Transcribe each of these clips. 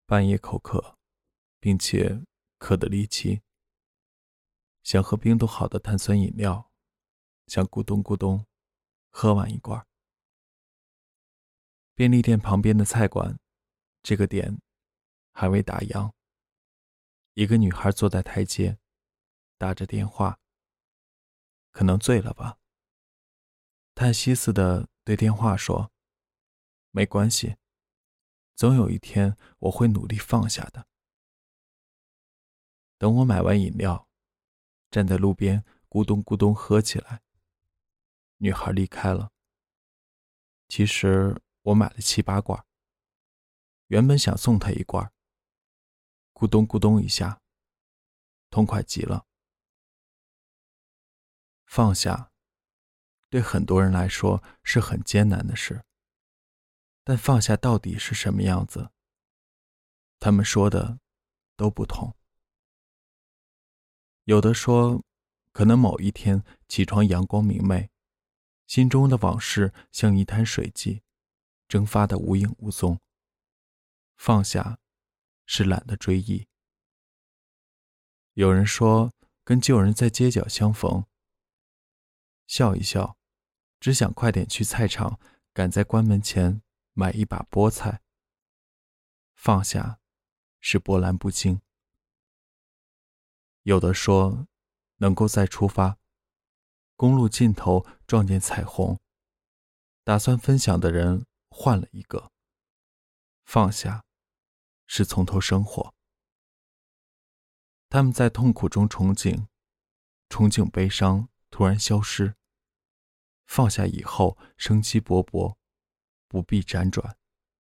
半夜口渴，并且渴得离奇，想喝冰冻好的碳酸饮料，想咕咚咕咚喝完一罐。便利店旁边的菜馆，这个点还未打烊。一个女孩坐在台阶，打着电话，可能醉了吧。叹息似的对电话说：“没关系，总有一天我会努力放下的。”等我买完饮料，站在路边咕咚咕咚喝起来。女孩离开了。其实我买了7、8罐，原本想送她一罐，咕咚咕咚一下，痛快极了。放下，对很多人来说是很艰难的事，但放下到底是什么样子，他们说的都不同。有的说，可能某一天起床阳光明媚，心中的往事像一滩水迹，蒸发得无影无踪。放下，是懒得追忆。有人说，跟旧人在街角相逢，笑一笑，只想快点去菜场，赶在关门前买一把菠菜。放下，是波澜不惊。有的说，能够再出发，公路尽头撞见彩虹，打算分享的人换了一个。放下，是从头生活。他们在痛苦中憧憬，憧憬悲伤突然消失。放下以后，生机勃勃，不必辗转。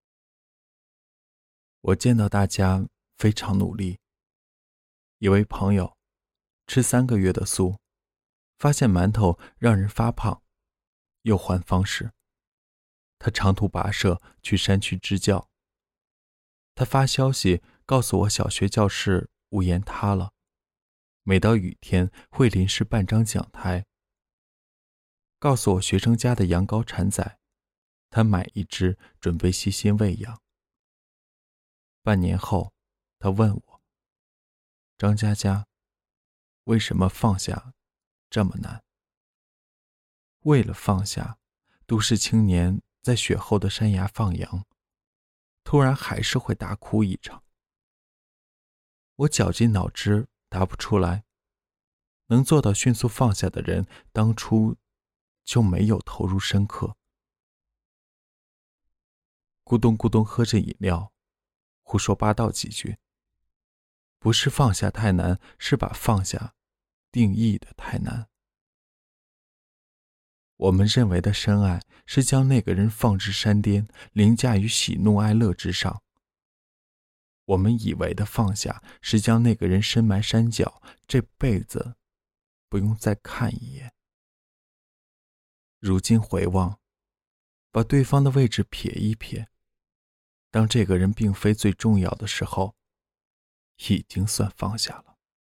我见到大家非常努力。一位朋友吃3个月的素，发现馒头让人发胖，又换方式。他长途跋涉去山区支教。他发消息告诉我，小学教室屋檐塌了，每到雨天会淋湿半张讲台。告诉我学生家的羊羔产崽，他买一只准备细心喂养。半年后，他问我：“张佳佳，为什么放下这么难？”为了放下，都市青年在雪后的山崖放羊，突然还是会大哭一场。我绞尽脑汁答不出来。能做到迅速放下的人，当初就没有投入深刻。咕咚咕咚喝着饮料，胡说八道几句。不是放下太难，是把放下定义的太难。我们认为的深爱，是将那个人放置山巅，凌驾于喜怒哀乐之上。我们以为的放下，是将那个人深埋山脚，这辈子不用再看一眼。如今回望，把对方的位置撇一撇，当这个人并非最重要的时候，已经算放下了。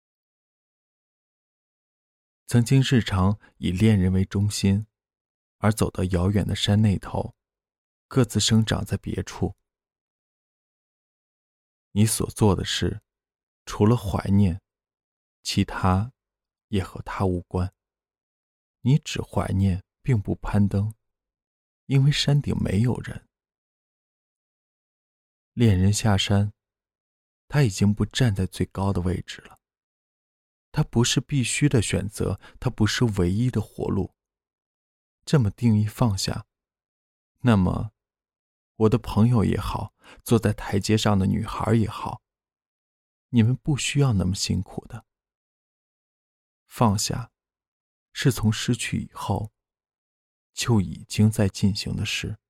曾经日常以恋人为中心，而走到遥远的山那头，各自生长在别处。你所做的事，除了怀念，其他也和他无关。你只怀念，并不攀登，因为山顶没有人。恋人下山，他已经不站在最高的位置了。他不是必须的选择，他不是唯一的活路。这么定义放下，那么我的朋友也好，坐在台阶上的女孩也好，你们不需要那么辛苦的。放下，是从失去以后就已经在进行的事。